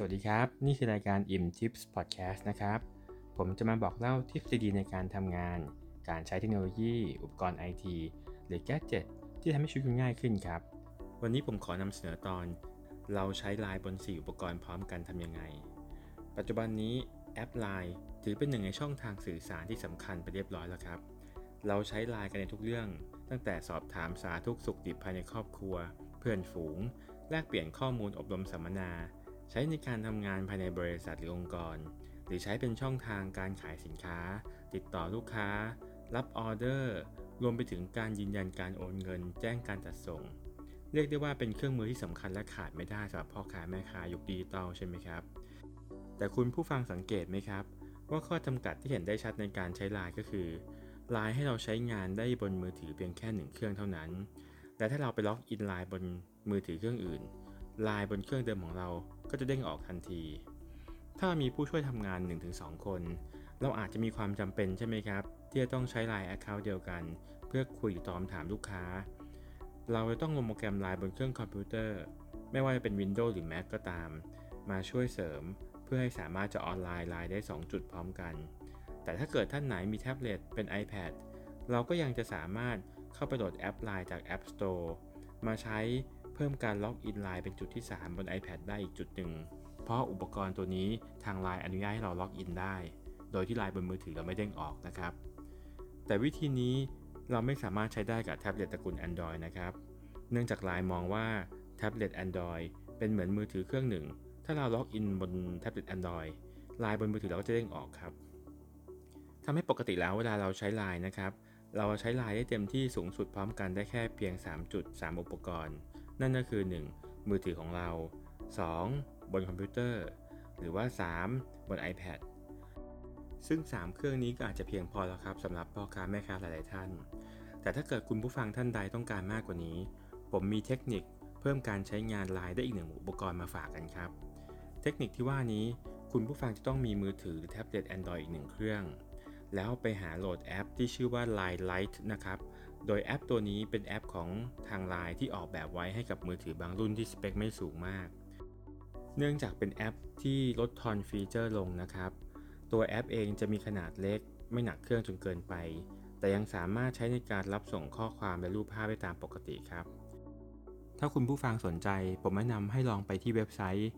วัสดีครับนี่คือรายการ IM Tips Podcast นะครับผมจะมาบอกเล่าทิปดีๆในการทำงานการใช้เทคโนโลยีอุปกรณ์ IT หรือแกดเจ็ตที่ทำให้ชีวิตคุณง่ายขึ้นครับวันนี้ผมขอนำเสนอตอนเราใช้ LINE บน4อุปกรณ์พร้อมกันทำยังไงปัจจุบันนี้แอป LINE ถือเป็นหนึ่งในช่องทางสื่อสารที่สำคัญไปเรียบร้อยแล้วครับเราใช้ LINE กันในทุกเรื่องตั้งแต่สอบถามสาทุกสุขดิบภายในครอบครัวเพื่อนฝูงแลกเปลี่ยนข้อมูลอบรมสัมมนาใช้ในการทำงานภายในบริษัทหรือองค์กรหรือใช้เป็นช่องทางการขายสินค้าติดต่อลูกค้ารับออเดอร์รวมไปถึงการยืนยันการโอนเงินแจ้งการจัดส่งเรียกได้ว่าเป็นเครื่องมือที่สำคัญและขาดไม่ได้สำหรับพ่อค้าแม่ค้ายุคดิจิตอลใช่ไหมครับแต่คุณผู้ฟังสังเกตไหมครับว่าข้อจำกัดที่เห็นได้ชัดในการใช้ LINE ก็คือ LINE ให้เราใช้งานได้บนมือถือเพียงแค่1เครื่องเท่านั้นแต่ถ้าเราไปล็อกอิน LINE บนมือถือเครื่องอื่นLINE บนเครื่องเดิมของเราก็จะเด้งออกทันทีถ้ามีผู้ช่วยทำงาน 1-2 คนเราอาจจะมีความจำเป็นใช่ไหมครับที่จะต้องใช้ LINE Account เดียวกันเพื่อคุยตอบถามลูกค้าเราจะต้องลงโปรแกรม LINE บนเครื่องคอมพิวเตอร์ไม่ว่าจะเป็น Windows หรือ Mac ก็ตามมาช่วยเสริมเพื่อให้สามารถจะออนไลน์ LINE ได้2จุดพร้อมกันแต่ถ้าเกิดท่านไหนมีแท็บเล็ตเป็น iPad เราก็ยังจะสามารถเข้าไปโหลดแอป LINE จาก App Store มาใช้เพิ่มการล็อกอิน LINE เป็นจุดที่3บน iPad ได้อีกจุดหนึ่งเพราะอุปกรณ์ตัวนี้ทาง LINE อนุญาตให้เราล็อกอินได้โดยที่ LINE บนมือถือเราไม่เด้งออกนะครับแต่วิธีนี้เราไม่สามารถใช้ได้กับแท็บเล็ตตระกูล Android นะครับเนื่องจาก LINE มองว่าแท็บเล็ต Android เป็นเหมือนมือถือเครื่องหนึ่งถ้าเราล็อกอินบนแท็บเล็ต Android LINE บนมือถือเราก็จะเด้งออกครับทำให้ปกติแล้วเวลาเราใช้ LINE นะครับเราใช้ LINE ได้เต็มที่สูงสุดพร้อมกันได้แค่เพียง3จุด3อุปกรณ์นั่นก็คือ1มือถือของเรา2บนคอมพิวเตอร์หรือว่า3บน iPad ซึ่ง3เครื่องนี้ก็อาจจะเพียงพอแล้วครับสำหรับพ่อค้าแม่ค้าหลายๆท่านแต่ถ้าเกิดคุณผู้ฟังท่านใดต้องการมากกว่านี้ผมมีเทคนิคเพิ่มการใช้งาน LINE ได้อีก1อุปกรณ์มาฝากกันครับเทคนิคที่ว่านี้คุณผู้ฟังจะต้องมีมือถือหรือแท็บเล็ต Android อีก1เครื่องแล้วไปหาโหลดแอปที่ชื่อว่า LINE Lite นะครับโดยแอปตัวนี้เป็นแอปของทาง LINE ที่ออกแบบไว้ให้กับมือถือบางรุ่นที่สเปคไม่สูงมากเนื่องจากเป็นแอปที่ลดทอนฟีเจอร์ลงนะครับตัวแอปเองจะมีขนาดเล็กไม่หนักเครื่องจนเกินไปแต่ยังสามารถใช้ในการรับส่งข้อความและรูปภาพได้ตามปกติครับถ้าคุณผู้ฟังสนใจผมแนะนำให้ลองไปที่เว็บไซต์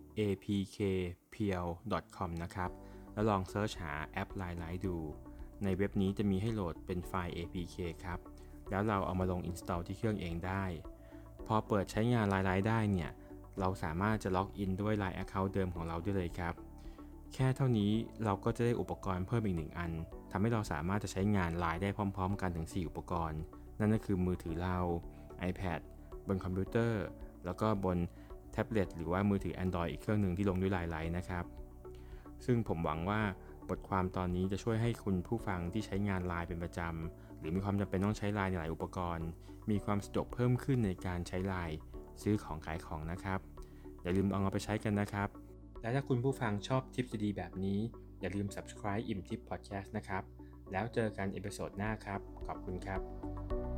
apkpl.com นะครับแล้วลองเซิร์ชหาแอป LINE Lite ดูในเว็บนี้จะมีให้โหลดเป็นไฟล์ APK ครับแล้วเราเอามาลง install ที่เครื่องเองได้พอเปิดใช้งาน LINE Lite ได้เนี่ยเราสามารถจะล็อกอินด้วย LINE Account เดิมของเราได้เลยครับแค่เท่านี้เราก็จะได้อุปกรณ์เพิ่มอีก1อันทำให้เราสามารถจะใช้งาน LINE ได้พร้อมๆกันถึง4อุปกรณ์นั่นก็คือมือถือเรา iPad บนคอมพิวเตอร์แล้วก็บนแท็บเล็ตหรือว่ามือถือ Android อีกเครื่องหนึ่งที่ลงด้วย LINE Lite นะครับซึ่งผมหวังว่าบทความตอนนี้จะช่วยให้คุณผู้ฟังที่ใช้งาน LINE เป็นประจำหรือมีความจำเป็นต้องใช้ LINE ในหลายอุปกรณ์มีความสะดวกเพิ่มขึ้นในการใช้ LINE ซื้อของขายของนะครับอย่าลืมเอาไปใช้กันนะครับและถ้าคุณผู้ฟังชอบทิปดีๆแบบนี้อย่าลืม subscribe IM Tip Podcast นะครับแล้วเจอกันเอพิโซดหน้าครับขอบคุณครับ